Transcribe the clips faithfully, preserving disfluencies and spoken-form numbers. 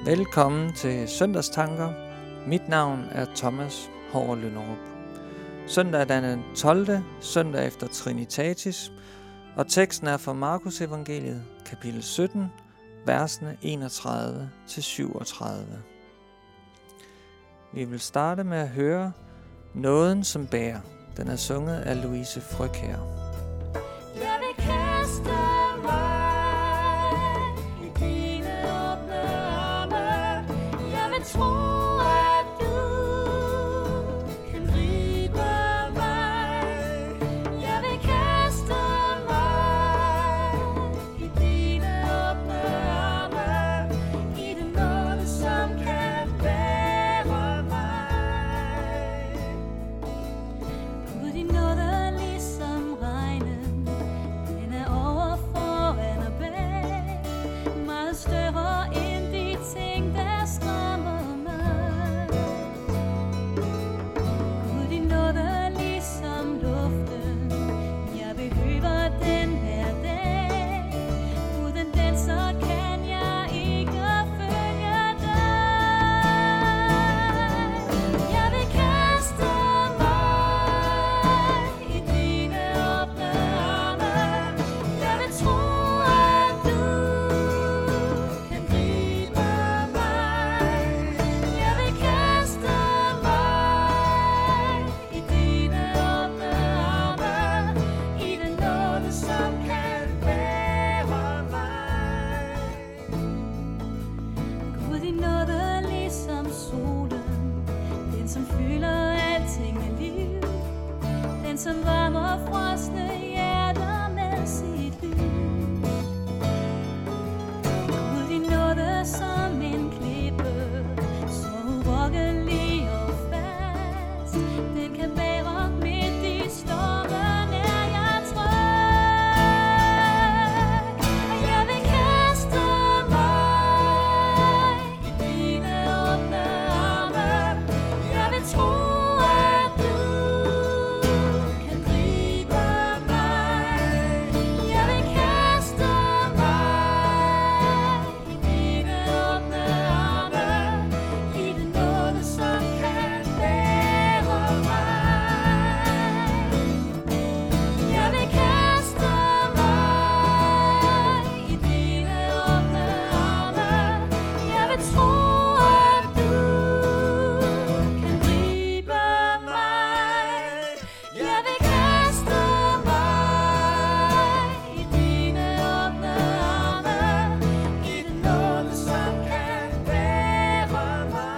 Velkommen til Søndagstanker. Mit navn er Thomas Hård Lynderup. Søndag er den tolvte søndag efter Trinitatis, og teksten er fra Markus Evangeliet, kapitel sytten, versene enogtredive til syvogtredive. Vi vil starte med at høre Nåden som bærer. Den er sunget af Louise Frøkjær. Jeg vil kaste mig i dine åbne arme. Jeg vil tro, at du kan gribe mig. Jeg vil kaste mig i dine åbne arme. I den nåde, som kan bære mig. Gud, din nåde er ligesom regnen. Den er over, foran og bag. Meget større end de ting, der skræmmer mig. Gud, din nåde er ligesom luften. Jeg behøver den hver dag. Uden den, så kan jeg ikke følge dig. Jeg vil kaste mig i dine åbne arme. Jeg vil tro, at du kan gribe mig. Jeg vil kaste mig i dine åbne arme. I den nåde, som kan bære mig. Gud, din nåde er ligesom solen. Den, som fylder alting med liv. Den, som varmer frosne hjerter med sit lys. Gud, din nåde er som en klippe, så urokkelig og fast. Den kan bære midt i stormen, er jeg tryg. Jeg vil kaste mig i dine åbne arme. Jeg vil tro, at du kan gribe mig. Jeg vil kaste mig i dine åbne arme. I den nåde, som kan bære mig. Jeg vil kaste mig i dine åbne arme. Jeg vil tro, at du kan gribe mig. Jeg vil kaste mig i dine åbne arme. I den nåde, som kan bære mig.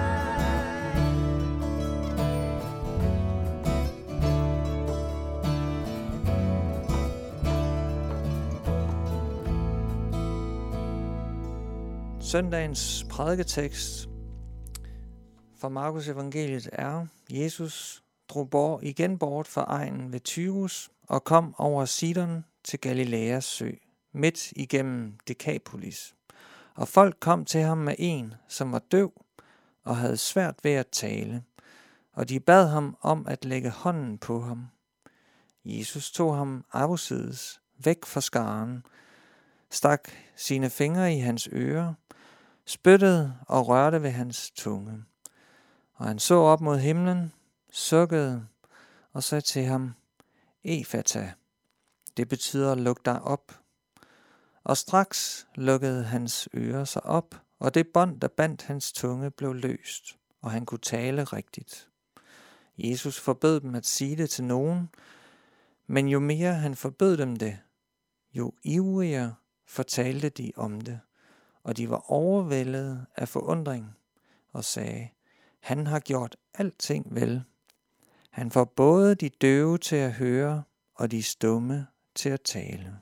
Søndagens prædiketekst fra Markus Evangeliet er: Jesus drog bort, igen bort fra egnen ved Tyrus og kom over Sidon til Galilæas sø, midt igennem Dekapolis. Og folk kom til ham med en, som var døv og havde svært ved at tale, og de bad ham om at lægge hånden på ham. Jesus tog ham afsides, væk fra skaren, stak sine fingre i hans ører, spyttede og rørte ved hans tunge. Og han så op mod himlen, sukkede og sagde til ham: Efata, det betyder luk dig op. Og straks lukkede hans ører sig op, og det bånd, der bandt hans tunge, blev løst, og han kunne tale rigtigt. Jesus forbød dem at sige det til nogen, men jo mere han forbød dem det, jo ivrigere fortalte de om det, og de var overvældet af forundring og sagde: Han har gjort alting vel. Han får både de døve til at høre og de stumme til at tale.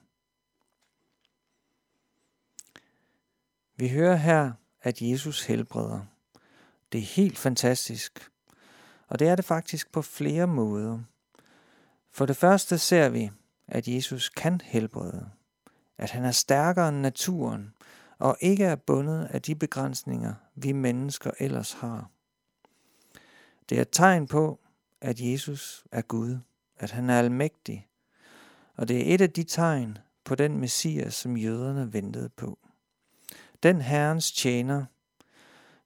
Vi hører her, at Jesus helbreder. Det er helt fantastisk, og det er det faktisk på flere måder. For det første ser vi, at Jesus kan helbrede, at han er stærkere end naturen, og ikke er bundet af de begrænsninger, vi mennesker ellers har. Det er et tegn på, at Jesus er Gud, at han er almægtig, og det er et af de tegn på den Messias, som jøderne ventede på. Den Herrens tjener,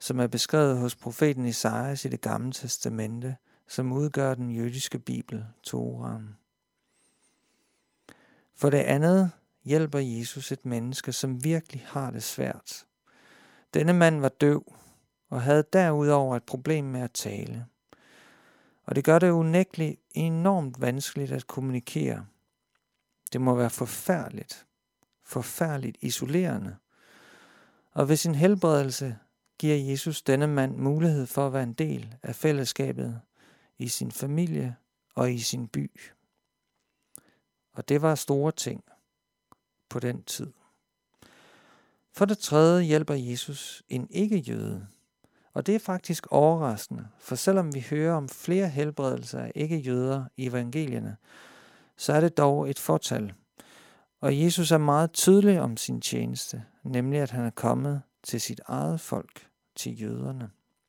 som er beskrevet hos profeten Esajas i det gamle testamente, som udgør den jødiske bibel, Toraen. For det andet hjælper Jesus et menneske, som virkelig har det svært. Denne mand var døv og havde derudover et problem med at tale. Og det gør det unægteligt enormt vanskeligt at kommunikere. Det må være forfærdeligt, forfærdeligt isolerende. Og ved sin helbredelse giver Jesus denne mand mulighed for at være en del af fællesskabet i sin familie og i sin by. Og det var store ting på den tid. For det tredje hjælper Jesus en ikke-jøde. Og det er faktisk overraskende, for selvom vi hører om flere helbredelser af ikke-jøder i evangelierne, så er det dog et fortal. Og Jesus er meget tydelig om sin tjeneste, nemlig at han er kommet til sit eget folk, til jøderne.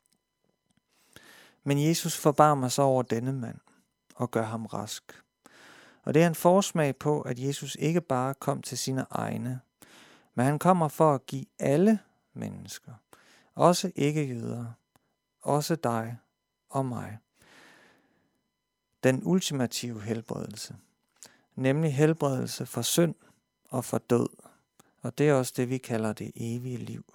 Men Jesus forbarmer sig over denne mand og gør ham rask. Og det er en forsmag på, at Jesus ikke bare kom til sine egne, men han kommer for at give alle mennesker, også ikke-jøder, også dig og mig, den ultimative helbredelse, nemlig helbredelse for synd og for død, og det er også det, vi kalder det evige liv.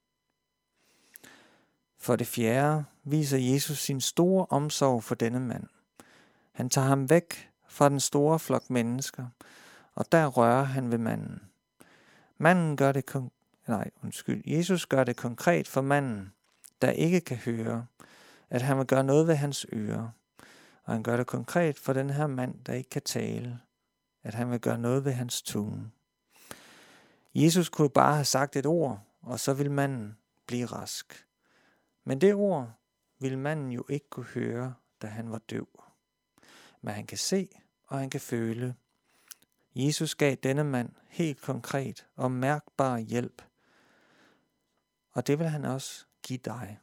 For det fjerde viser Jesus sin store omsorg for denne mand. Han tager ham væk fra den store flok mennesker, og der rører han ved manden. Manden gør det kon- Nej, undskyld. Jesus gør det konkret for manden, der ikke kan høre, at han vil gøre noget ved hans ører. Og han gør det konkret for den her mand, der ikke kan tale, at han vil gøre noget ved hans tunge. Jesus kunne bare have sagt et ord, og så ville manden blive rask. Men det ord ville manden jo ikke kunne høre, da han var døv. Men han kan se, og han kan føle. Jesus gav denne mand helt konkret og mærkbar hjælp. Og det vil han også give dig.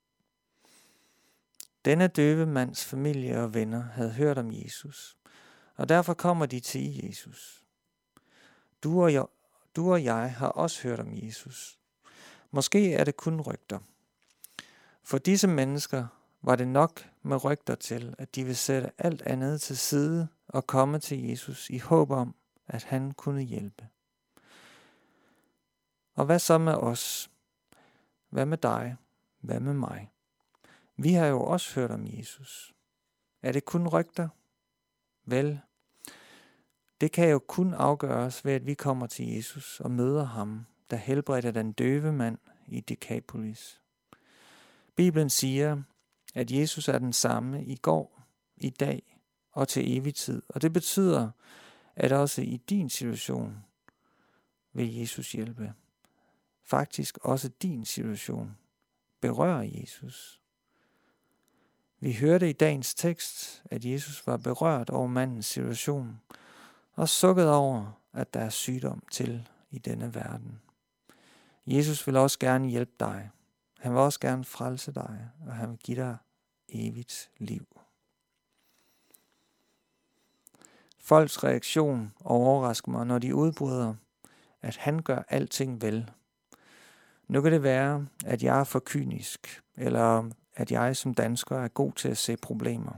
Denne døve mands familie og venner havde hørt om Jesus, og derfor kommer de til Jesus. Du og jeg, du og jeg har også hørt om Jesus. Måske er det kun rygter. For disse mennesker var det nok med rygter til, at de vil sætte alt andet til side og komme til Jesus i håb om, at han kunne hjælpe. Og hvad så med os? Hvad med dig? Hvad med mig? Vi har jo også hørt om Jesus. Er det kun rygter? Vel, det kan jo kun afgøres ved, at vi kommer til Jesus og møder ham, der helbredte den døve mand i Dekapolis. Bibelen siger, at Jesus er den samme i går, i dag og til evig tid. Og det betyder, at også i din situation vil Jesus hjælpe. Faktisk også din situation berører Jesus. Vi hørte i dagens tekst, at Jesus var berørt over mandens situation og sukket over, at der er sygdom til i denne verden. Jesus vil også gerne hjælpe dig. Han vil også gerne frelse dig, og han vil give dig evigt liv. Folks reaktion overrasker mig, når de udbryder, at han gør alting vel. Nu kan det være, at jeg er for kynisk, eller at jeg som dansker er god til at se problemer.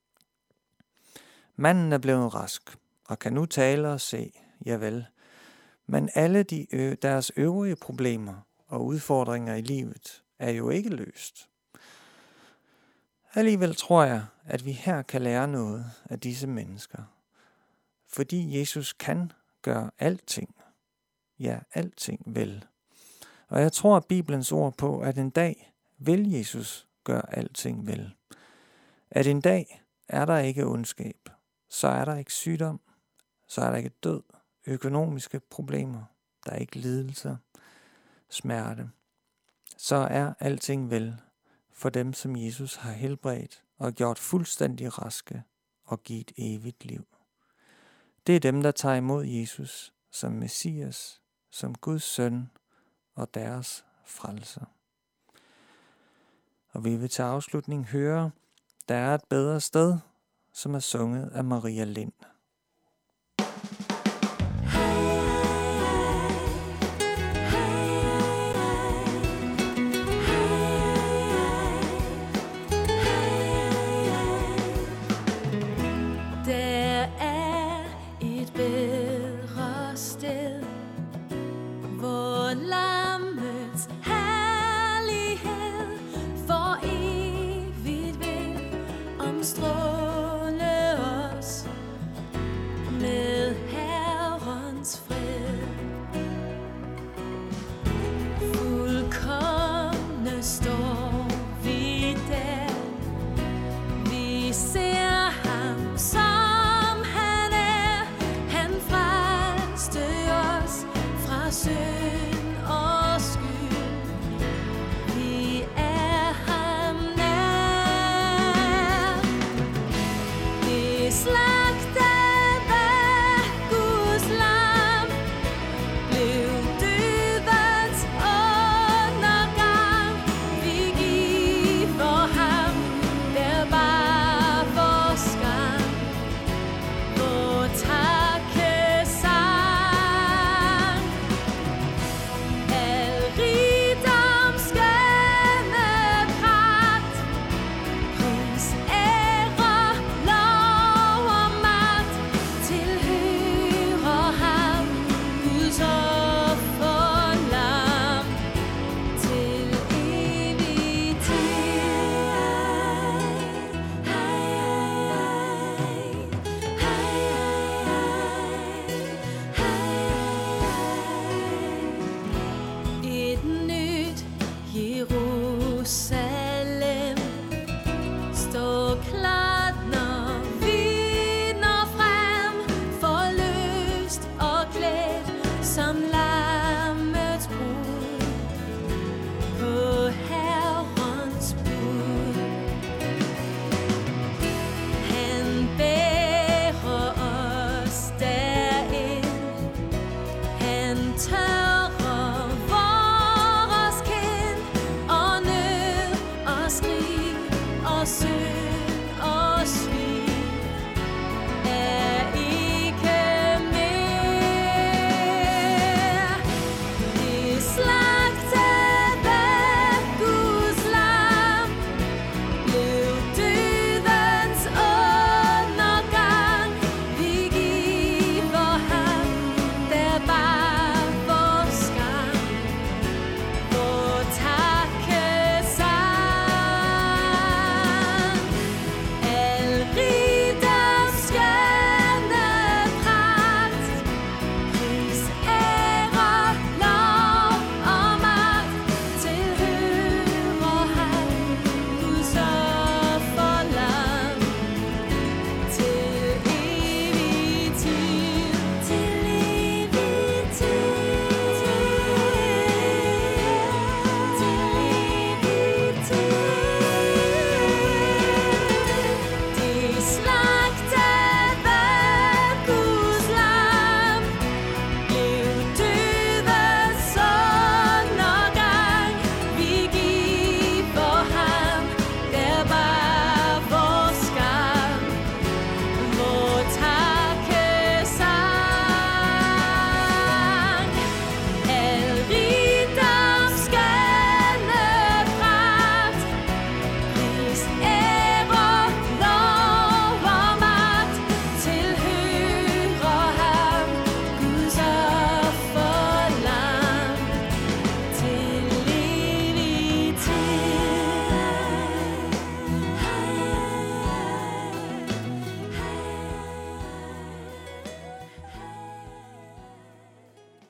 Manden er blevet rask, og kan nu tale og se, javel. Men alle de ø- deres øvrige problemer og udfordringer i livet er jo ikke løst. Alligevel tror jeg, at vi her kan lære noget af disse mennesker. Fordi Jesus kan gøre alting. Ja, alting vel. Og jeg tror, at Bibelens ord på, at en dag vil Jesus gøre alting vel. At en dag er der ikke ondskab, så er der ikke sygdom, så er der ikke død, økonomiske problemer, der er ikke lidelser, smerte. Så er alting vel for dem, som Jesus har helbredt og gjort fuldstændig raske og givet evigt liv. Det er dem, der tager imod Jesus som Messias, som Guds søn og deres frelser. Og vi vil til afslutning høre, der er et bedre sted, som er sunget af Maria Lind.